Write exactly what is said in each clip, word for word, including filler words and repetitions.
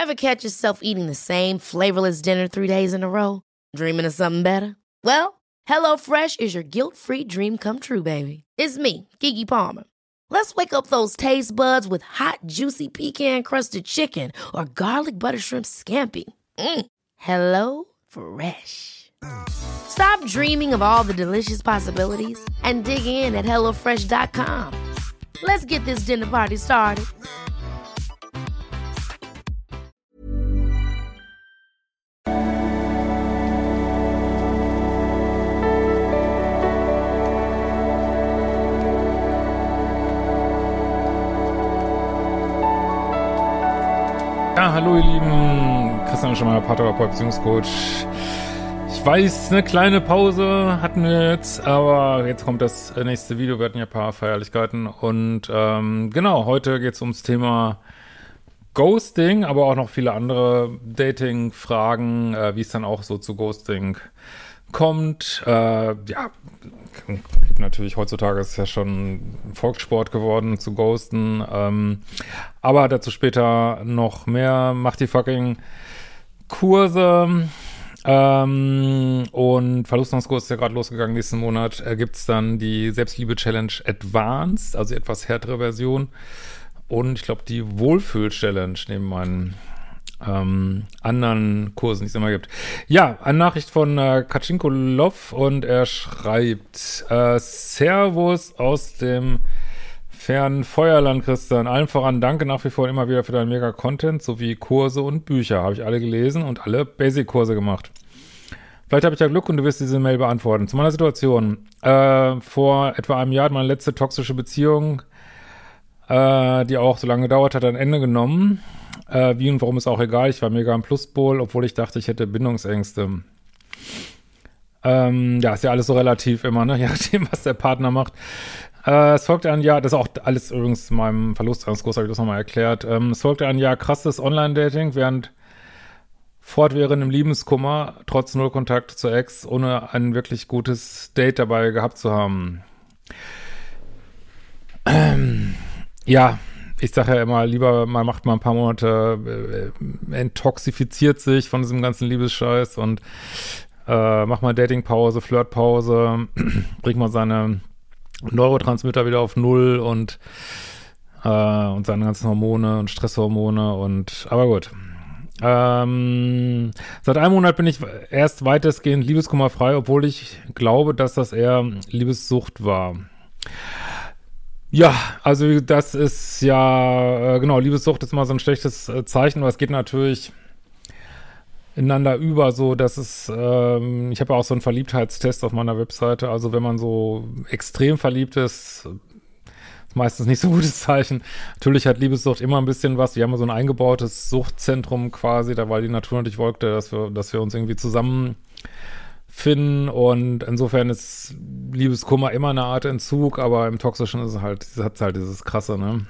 Ever catch yourself eating the same flavorless dinner three days in a row? Dreaming of something better? Well, HelloFresh is your guilt-free dream come true, baby. It's me, Keke Palmer. Let's wake up those taste buds with hot, juicy pecan-crusted chicken or garlic butter shrimp scampi. Mm. Hello Fresh. Stop dreaming of all the delicious possibilities and dig in at hello fresh dot com. Let's get this dinner party started. Ja, hallo ihr Lieben, Christian Schemeier, Paartherapeut, Beziehungscoach. Ich weiß, eine kleine Pause hatten wir jetzt, aber jetzt kommt das nächste Video. Wir hatten ja ein paar Feierlichkeiten und ähm, genau, heute geht es ums Thema Ghosting, aber auch noch viele andere Dating-Fragen, äh, wie es dann auch so zu Ghosting kommt. Äh, ja, gibt natürlich, heutzutage ist es ja schon Volkssport geworden, zu ghosten. Ähm, aber dazu später noch mehr. Macht die fucking Kurse. Ähm, und Verlustangskurs ist ja gerade losgegangen. Nächsten Monat äh, gibt es dann die Selbstliebe-Challenge Advanced, also die etwas härtere Version. Und ich glaube, die Wohlfühl-Challenge neben meinen ähm, anderen Kursen, die es immer gibt. Ja, eine Nachricht von äh, Katschinko Lov und er schreibt äh, Servus aus dem fernen Feuerland, Christian. Allen voran danke nach wie vor immer wieder für deinen Mega-Content sowie Kurse und Bücher. Habe ich alle gelesen und alle Basic-Kurse gemacht. Vielleicht habe ich ja Glück und du wirst diese Mail beantworten. Zu meiner Situation. Äh, vor etwa einem Jahr hat meine letzte toxische Beziehung, äh, die auch so lange gedauert hat, ein Ende genommen. Äh, wie und warum ist auch egal. Ich war mega am Pluspol, obwohl ich dachte, ich hätte Bindungsängste. Ähm, ja, ist ja alles so relativ immer, ne? Je nachdem, was der Partner macht. Äh, es folgte ein Jahr, das ist auch alles übrigens in meinem Verlustangskurs, habe ich das nochmal erklärt. Ähm, es folgte ein Jahr krasses Online-Dating, während fortwährendem Liebeskummer, trotz Nullkontakt zur Ex, ohne ein wirklich gutes Date dabei gehabt zu haben. Ähm, ja, ich sage ja immer, lieber man macht mal ein paar Monate, äh, enttoxifiziert sich von diesem ganzen Liebesscheiß und äh, macht mal Datingpause, Flirtpause, bringt mal seine Neurotransmitter wieder auf Null und äh, und seine ganzen Hormone und Stresshormone und, aber gut. Ähm, seit einem Monat bin ich erst weitestgehend liebeskummerfrei, obwohl ich glaube, dass das eher Liebessucht war. Ja, also das ist ja, äh, genau, Liebessucht ist mal so ein schlechtes äh, Zeichen, aber es geht natürlich ineinander über, so dass es, ähm, ich habe ja auch so einen Verliebtheitstest auf meiner Webseite, also wenn man so extrem verliebt ist, ist meistens nicht so ein gutes Zeichen. Natürlich hat Liebessucht immer ein bisschen was, wir haben ja so ein eingebautes Suchtzentrum quasi, da weil die Natur natürlich wollte, dass wir, dass wir uns irgendwie zusammenfinden und insofern ist Liebeskummer immer eine Art Entzug, aber im Toxischen ist es halt, hat es halt dieses Krasse, ne?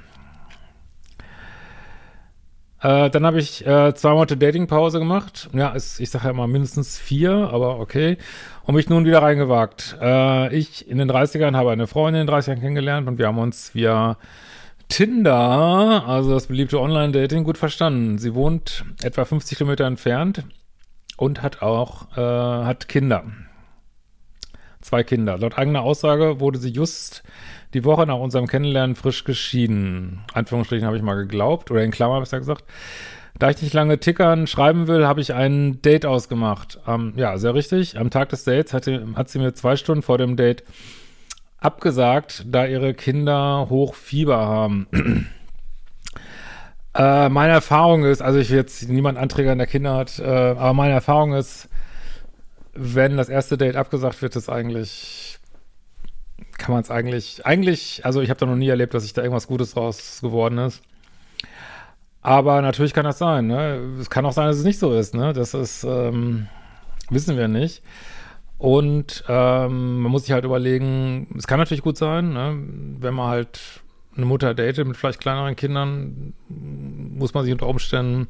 Äh, dann habe ich äh, zwei Monate Datingpause gemacht. Ja, ist, ich sage ja immer mindestens vier, aber okay. Und mich nun wieder reingewagt. Äh, ich in den dreißigern habe eine Frau in den dreißigern kennengelernt und wir haben uns via Tinder, also das beliebte Online-Dating, gut verstanden. Sie wohnt etwa fünfzig Kilometer entfernt und hat auch, äh, hat Kinder. Zwei Kinder. Laut eigener Aussage wurde sie just die Woche nach unserem Kennenlernen frisch geschieden. Anführungsstrichen habe ich mal geglaubt, oder in Klammern besser gesagt. Da ich nicht lange tickern schreiben will, habe ich ein Date ausgemacht. Ähm, ja, sehr richtig. Am Tag des Dates hat sie, hat sie mir zwei Stunden vor dem Date abgesagt, da ihre Kinder Hochfieber haben. äh, meine Erfahrung ist, also ich will jetzt niemand anträgern, der Kinder hat, äh, aber meine Erfahrung ist, wenn das erste Date abgesagt wird, ist eigentlich, kann man es eigentlich, eigentlich, also ich habe da noch nie erlebt, dass sich da irgendwas Gutes draus geworden ist. Aber natürlich kann das sein, ne? Es kann auch sein, dass es nicht so ist, ne? Das ist, ähm, wissen wir nicht. Und ähm, man muss sich halt überlegen, es kann natürlich gut sein, ne? Wenn man halt eine Mutter datet mit vielleicht kleineren Kindern, muss man sich unter Umständen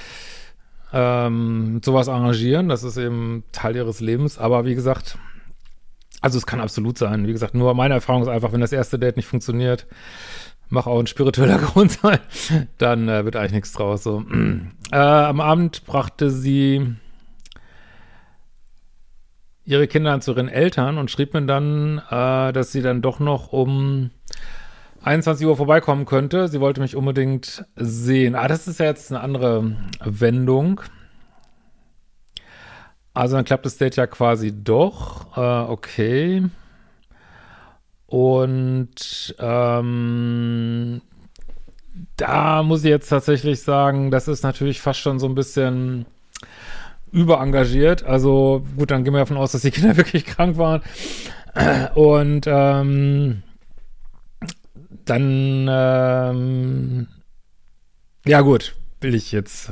ähm, mit sowas arrangieren. Das ist eben Teil ihres Lebens. Aber wie gesagt, also es kann absolut sein. Wie gesagt, nur meine Erfahrung ist einfach, wenn das erste Date nicht funktioniert, mach auch ein spiritueller Grund sein, dann äh, wird eigentlich nichts draus. So. Äh, am Abend brachte sie ihre Kinder dann zu ihren Eltern und schrieb mir dann, äh, dass sie dann doch noch um einundzwanzig Uhr vorbeikommen könnte. Sie wollte mich unbedingt sehen. Ah, das ist ja jetzt eine andere Wendung. Also dann klappt das Date ja quasi doch. Äh, okay. Und ähm, da muss ich jetzt tatsächlich sagen, das ist natürlich fast schon so ein bisschen überengagiert. Also gut, dann gehen wir davon aus, dass die Kinder wirklich krank waren. Und ähm, dann, ähm, ja gut, will ich jetzt,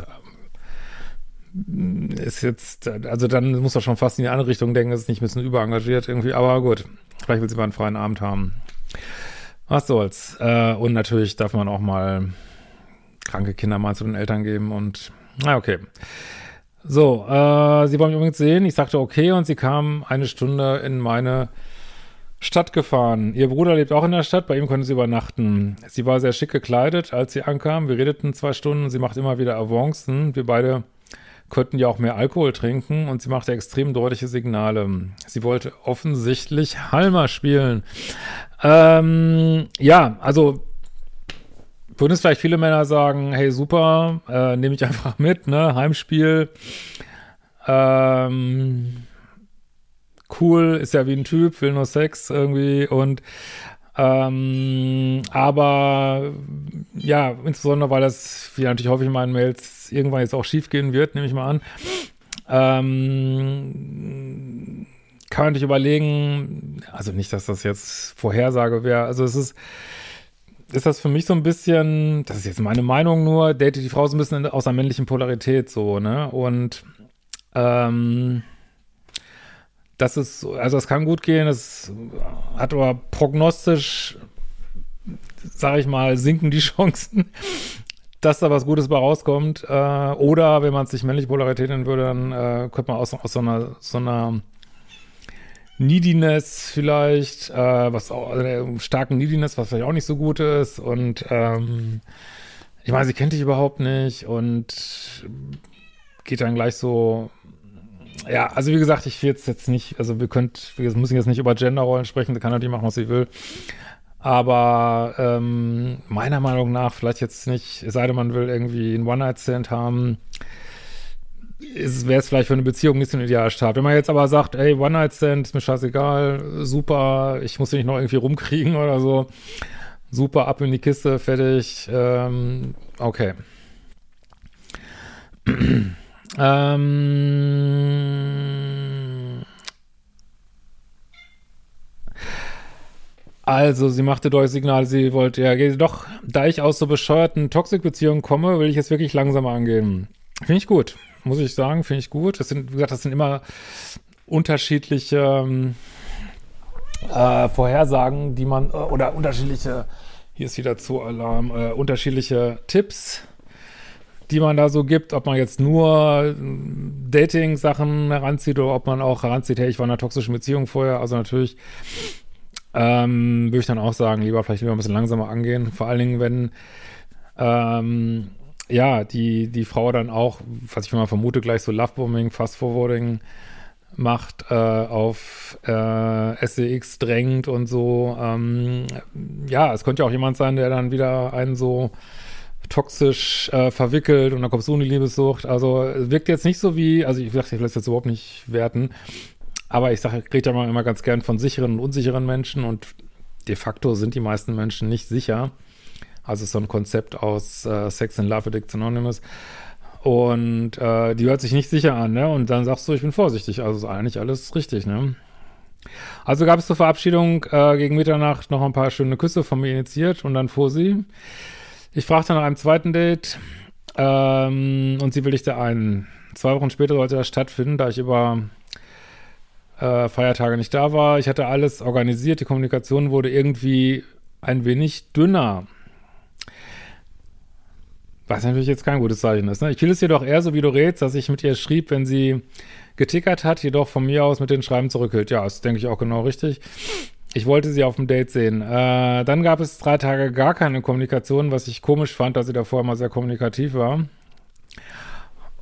ist jetzt, also dann muss er schon fast in die andere Richtung denken, das ist nicht ein bisschen überengagiert irgendwie, aber gut, vielleicht will sie mal einen freien Abend haben. Was soll's. Äh, und natürlich darf man auch mal kranke Kinder mal zu den Eltern geben und, na okay. So, äh, sie wollen mich übrigens sehen. Ich sagte okay und sie kam eine Stunde in meine Stadt gefahren. Ihr Bruder lebt auch in der Stadt, bei ihm konnte sie übernachten. Sie war sehr schick gekleidet, als sie ankam. Wir redeten zwei Stunden, sie macht immer wieder Avancen. Wir beide könnten ja auch mehr Alkohol trinken und sie machte extrem deutliche Signale. Sie wollte offensichtlich Halma spielen. Ähm, ja, also würden es vielleicht viele Männer sagen, hey, super, äh, nehme ich einfach mit, ne, Heimspiel, ähm, cool, ist ja wie ein Typ, will nur Sex irgendwie und ähm, aber ja, insbesondere, weil das, wie natürlich häufig in meinen Mails, irgendwann jetzt auch schief gehen wird, nehme ich mal an, ähm, kann man sich überlegen, also nicht, dass das jetzt Vorhersage wäre, also es ist ist das für mich so ein bisschen, das ist jetzt meine Meinung nur, date die Frau so ein bisschen aus einer männlichen Polarität so, ne? Und ähm, das ist, also das kann gut gehen, das hat aber prognostisch, sage ich mal, sinken die Chancen, dass da was Gutes bei rauskommt. Äh, oder wenn man es nicht männliche Polarität nennen würde, dann äh, könnte man aus, aus so einer, so einer Neediness vielleicht, äh, was auch, also der starken Neediness, was vielleicht auch nicht so gut ist und ähm, ich meine, sie kennt dich überhaupt nicht und geht dann gleich so, ja, also wie gesagt, ich will jetzt, jetzt nicht, also wir könnt, wir müssen jetzt nicht über Genderrollen sprechen, sie kann natürlich machen, was sie will, aber ähm, meiner Meinung nach vielleicht jetzt nicht, es sei denn, man will irgendwie einen One-Night-Stand haben, wäre es vielleicht für eine Beziehung nicht so ein idealer Start. Wenn man jetzt aber sagt, ey, One-Night-Stand, ist mir scheißegal, super, ich muss dich nicht noch irgendwie rumkriegen oder so, super, ab in die Kiste, fertig, ähm, okay. ähm, also, sie machte deutlich Signale, sie wollte, ja, doch, da ich aus so bescheuerten Toxic-Beziehungen komme, will ich es wirklich langsamer angehen. Finde ich gut. Muss ich sagen, finde ich gut. Das sind, wie gesagt, das sind immer unterschiedliche ähm, äh, Vorhersagen, die man, äh, oder unterschiedliche, hier ist wieder Zoo-Alarm, äh, unterschiedliche Tipps, die man da so gibt, ob man jetzt nur Dating-Sachen heranzieht oder ob man auch heranzieht, hey, ich war in einer toxischen Beziehung vorher, also natürlich ähm, würde ich dann auch sagen, lieber vielleicht lieber ein bisschen langsamer angehen, vor allen Dingen, wenn ähm, ja, die, die Frau dann auch, was ich mal vermute, gleich so Lovebombing, Fast-Forwarding macht, äh, auf äh, S E X drängt und so. Ähm, ja, es könnte ja auch jemand sein, der dann wieder einen so toxisch äh, verwickelt und dann kommt so eine Liebessucht. Also es wirkt jetzt nicht so wie, also ich dachte, ich will das jetzt überhaupt nicht werten, aber ich sage, ich rede ja mal immer ganz gern von sicheren und unsicheren Menschen und de facto sind die meisten Menschen nicht sicher. Also so ein Konzept aus äh, Sex and Love Addicts Anonymous. Und äh, die hört sich nicht sicher an, ne? Und dann sagst du, ich bin vorsichtig. Also ist eigentlich alles richtig, ne? Also gab es zur Verabschiedung äh, gegen Mitternacht noch ein paar schöne Küsse von mir initiiert und dann fuhr sie. Ich fragte nach einem zweiten Date ähm, und sie willigte ein. Zwei Wochen später sollte das stattfinden, da ich über äh, Feiertage nicht da war. Ich hatte alles organisiert, die Kommunikation wurde irgendwie ein wenig dünner. Was natürlich jetzt kein gutes Zeichen ist, ne? Ich fiel es jedoch eher so, wie du redest, dass ich mit ihr schrieb, wenn sie getickert hat, jedoch von mir aus mit den Schreiben zurückhielt. Ja, das denke ich auch genau richtig. Ich wollte sie auf dem Date sehen. Äh, dann gab es drei Tage gar keine Kommunikation, was ich komisch fand, dass sie davor immer sehr kommunikativ war.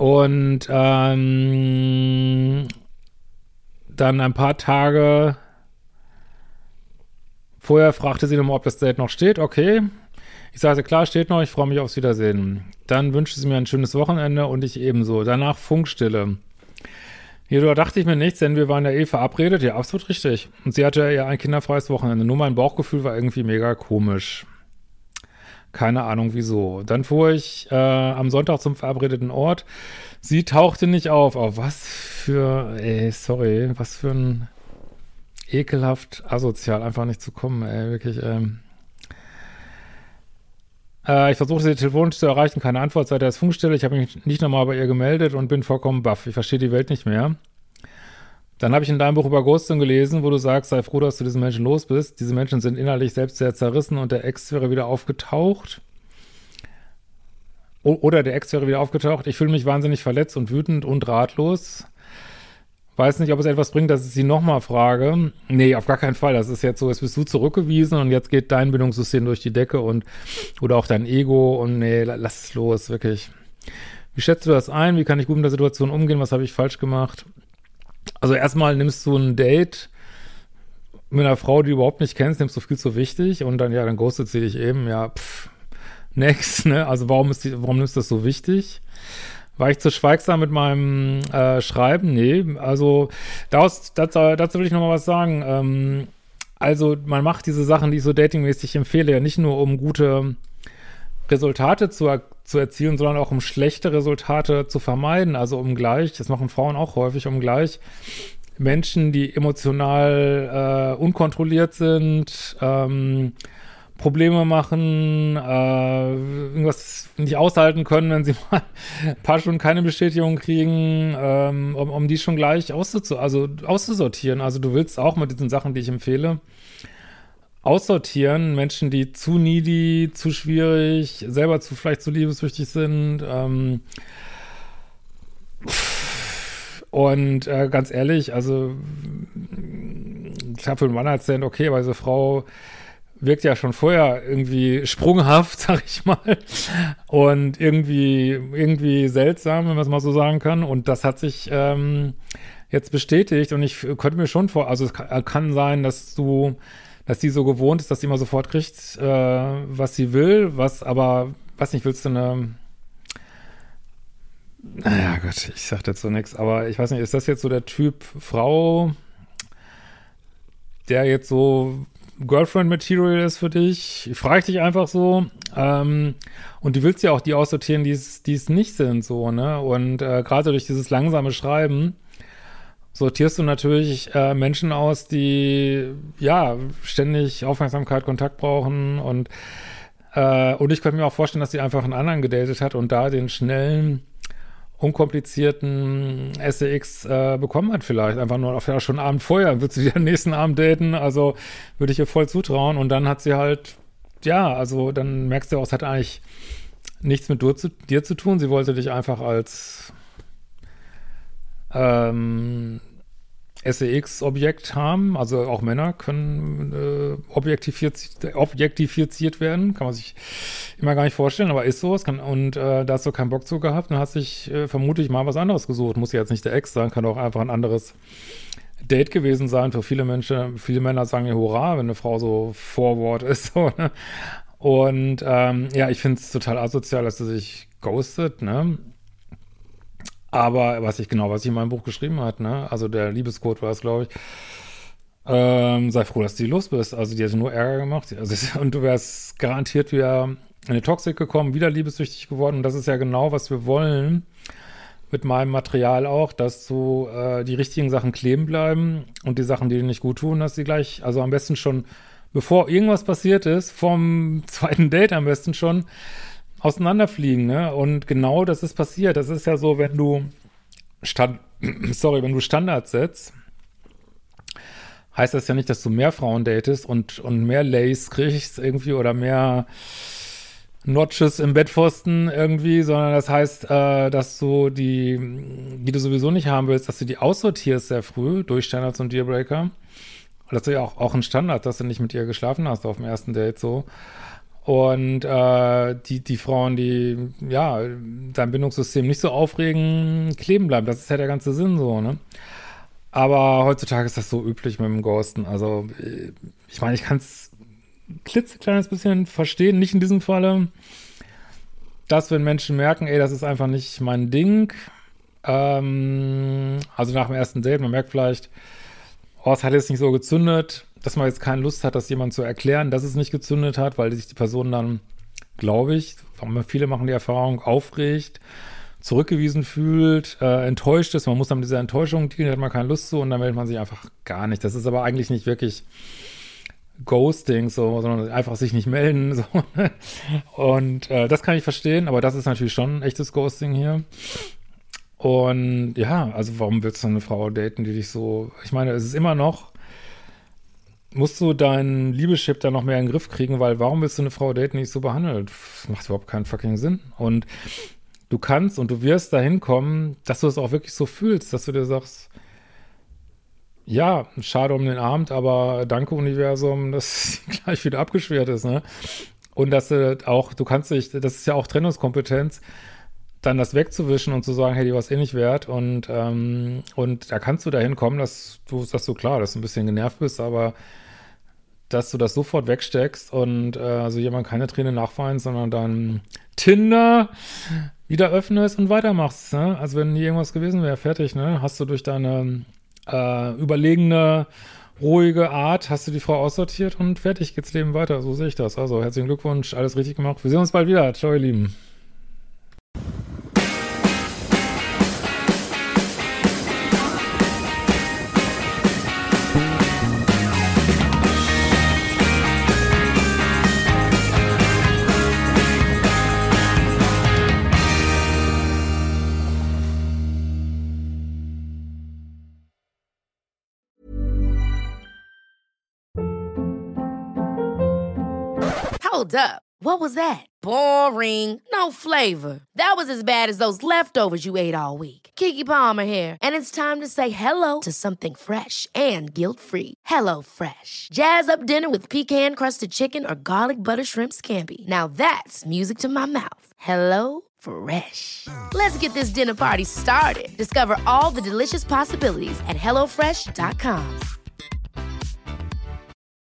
Und ähm, dann ein paar Tage vorher fragte sie nochmal, ob das Date noch steht. Okay. Ich sagte, klar, steht noch, ich freue mich aufs Wiedersehen. Dann wünschte sie mir ein schönes Wochenende und ich ebenso. Danach Funkstille. Jedoch dachte ich mir nichts, denn wir waren ja eh verabredet. Ja, absolut richtig. Und sie hatte ja ein kinderfreies Wochenende. Nur mein Bauchgefühl war irgendwie mega komisch. Keine Ahnung wieso. Dann fuhr ich äh, am Sonntag zum verabredeten Ort. Sie tauchte nicht auf. Oh, was für, ey, sorry, was für ein ekelhaft asozial, einfach nicht zu kommen, ey, wirklich, ähm. Äh, ich versuchte sie telefonisch zu erreichen, keine Antwort, seit der Funkstelle. Ich habe mich nicht nochmal bei ihr gemeldet und bin vollkommen baff. Ich verstehe die Welt nicht mehr. Dann habe ich in deinem Buch über Ghosting gelesen, wo du sagst, sei froh, dass du diesen Menschen los bist. Diese Menschen sind innerlich selbst sehr zerrissen und der Ex wäre wieder aufgetaucht. O- oder der Ex wäre wieder aufgetaucht. Ich fühle mich wahnsinnig verletzt und wütend und ratlos. Weiß nicht, ob es etwas bringt, dass ich sie nochmal frage. Nee, auf gar keinen Fall. Das ist jetzt so, jetzt bist du zurückgewiesen und jetzt geht dein Bindungssystem durch die Decke und oder auch dein Ego und nee, lass es los, wirklich. Wie schätzt du das ein? Wie kann ich gut mit der Situation umgehen? Was habe ich falsch gemacht? Also erstmal nimmst du ein Date mit einer Frau, die du überhaupt nicht kennst, nimmst du viel zu wichtig und dann, ja, dann ghostet sie dich eben, ja, pff, next, ne? Also warum ist die, warum nimmst du das so wichtig? War ich zu schweigsam mit meinem äh, Schreiben? Nee, also daraus, dazu, dazu will ich noch mal was sagen. Ähm, also man macht diese Sachen, die ich so datingmäßig empfehle, ja nicht nur, um gute Resultate zu, er zu erzielen, sondern auch um schlechte Resultate zu vermeiden. Also um gleich, das machen Frauen auch häufig, um gleich Menschen, die emotional äh, unkontrolliert sind, ähm, Probleme machen, äh, irgendwas nicht aushalten können, wenn sie mal ein paar Stunden keine Bestätigung kriegen, ähm, um, um die schon gleich auszu also auszusortieren. Also du willst auch mit diesen Sachen, die ich empfehle, aussortieren. Menschen, die zu needy, zu schwierig, selber zu vielleicht zu liebessüchtig sind. Ähm, und äh, ganz ehrlich, also klar, für einen One-Night-Stand okay, aber diese Frau wirkt ja schon vorher irgendwie sprunghaft, sag ich mal, und irgendwie irgendwie seltsam, wenn man es mal so sagen kann. Und das hat sich ähm, jetzt bestätigt. Und ich könnte mir schon vor, also es kann, kann sein, dass du, dass die so gewohnt ist, dass sie immer sofort kriegt, äh, was sie will, was aber, was nicht, willst du eine, naja Gott, ich sag dazu nichts, aber ich weiß nicht, ist das jetzt so der Typ Frau, der jetzt so Girlfriend-Material ist für dich? Ich frage dich einfach so. Ähm, und du willst ja auch die aussortieren, die es nicht sind, so, ne? Und äh, gerade durch dieses langsame Schreiben sortierst du natürlich äh, Menschen aus, die, ja, ständig Aufmerksamkeit, Kontakt brauchen und äh, und ich könnte mir auch vorstellen, dass sie einfach einen anderen gedatet hat und da den schnellen, unkomplizierten S E X äh, bekommen hat vielleicht. Einfach nur auf, ja, schon einen Abend vorher, wird sie den nächsten Abend daten, also würde ich ihr voll zutrauen. Und dann hat sie halt, ja, also dann merkst du auch, es hat eigentlich nichts mit dir zu, dir zu tun. Sie wollte dich einfach als ähm, S E X-Objekt haben. Also auch Männer können äh, objektifiziert, objektifiziert werden. Kann man sich immer gar nicht vorstellen, aber ist so. Es kann, und äh, da hast du keinen Bock zu gehabt und hast dich äh, vermutlich mal was anderes gesucht. Muss ja jetzt nicht der Ex sein, kann auch einfach ein anderes Date gewesen sein. Für viele Menschen, viele Männer sagen ja Hurra, wenn eine Frau so forward ist. So, ne? Und ähm, ja, ich finde es total asozial, dass sie sich ghostet, ne? Aber was ich genau, was ich in meinem Buch geschrieben hat, ne, also der Liebescode war es, glaube ich, ähm, sei froh, dass du los bist. Also die hat nur Ärger gemacht. Also, und du wärst garantiert wieder in eine Toxik gekommen, wieder liebessüchtig geworden. Und das ist ja genau, was wir wollen mit meinem Material auch, dass du äh, die richtigen Sachen kleben bleiben und die Sachen, die dir nicht gut tun, dass die gleich, also am besten schon, bevor irgendwas passiert ist, vom zweiten Date am besten schon auseinanderfliegen, ne? Und genau das ist passiert. Das ist ja so, wenn du Stand, sorry, wenn du Standards setzt, heißt das ja nicht, dass du mehr Frauen datest und, und mehr Lays kriegst irgendwie oder mehr Notches im Bettpfosten irgendwie, sondern das heißt, äh, dass du die, die du sowieso nicht haben willst, dass du die aussortierst sehr früh durch Standards und Dealbreaker. Und das ist ja auch, auch ein Standard, dass du nicht mit ihr geschlafen hast auf dem ersten Date so. Und äh, die, die Frauen, die ja dein Bindungssystem nicht so aufregen, kleben bleiben. Das ist ja der ganze Sinn so, ne? Aber heutzutage ist das so üblich mit dem Ghosten. Also ich meine, ich kann es ein klitzekleines bisschen verstehen, nicht in diesem Falle, dass wenn Menschen merken, ey, das ist einfach nicht mein Ding, ähm, also nach dem ersten Date, man merkt vielleicht, oh, es hat jetzt nicht so gezündet, dass man jetzt keine Lust hat, das jemandem zu erklären, dass es nicht gezündet hat, weil sich die Person dann, glaube ich, viele machen die Erfahrung, aufregt, zurückgewiesen fühlt, äh, enttäuscht ist. Man muss dann mit dieser Enttäuschung dealen, da hat man keine Lust zu und dann meldet man sich einfach gar nicht. Das ist aber eigentlich nicht wirklich Ghosting, so, sondern einfach sich nicht melden. So. Und äh, das kann ich verstehen, aber das ist natürlich schon ein echtes Ghosting hier. Und ja, also warum willst du eine Frau daten, die dich so, ich meine, es ist immer noch, musst du deinen Liebeschip da noch mehr in den Griff kriegen, weil warum willst du eine Frau daten, die dich so behandelt? Das macht überhaupt keinen fucking Sinn. Und du kannst und du wirst dahin kommen, dass du es auch wirklich so fühlst, dass du dir sagst, ja, schade um den Abend, aber danke Universum, dass gleich wieder abgeschwert ist, ne? Und dass du auch, du kannst dich, das ist ja auch Trennungskompetenz, dann das wegzuwischen und zu sagen, hey, die war es eh nicht wert und, ähm, und da kannst du dahin kommen, dass du, dass du klar, dass du ein bisschen genervt bist, aber dass du das sofort wegsteckst und äh, also jemand keine Träne nachweint, sondern dann Tinder wieder öffnest und weitermachst, ne? Also wenn nie irgendwas gewesen wäre, fertig, ne? Hast du durch deine äh, überlegene, ruhige Art, hast du die Frau aussortiert und fertig geht's Leben weiter. So sehe ich das. Also herzlichen Glückwunsch, alles richtig gemacht. Wir sehen uns bald wieder. Ciao, ihr Lieben. Hold up. What was that? Boring. No flavor. That was as bad as those leftovers you ate all week. Keke Palmer here, and it's time to say hello to something fresh and guilt-free. Hello Fresh. Jazz up dinner with pecan-crusted chicken or garlic butter shrimp scampi. Now that's music to my mouth. Hello Fresh. Let's get this dinner party started. Discover all the delicious possibilities at hello fresh dot com.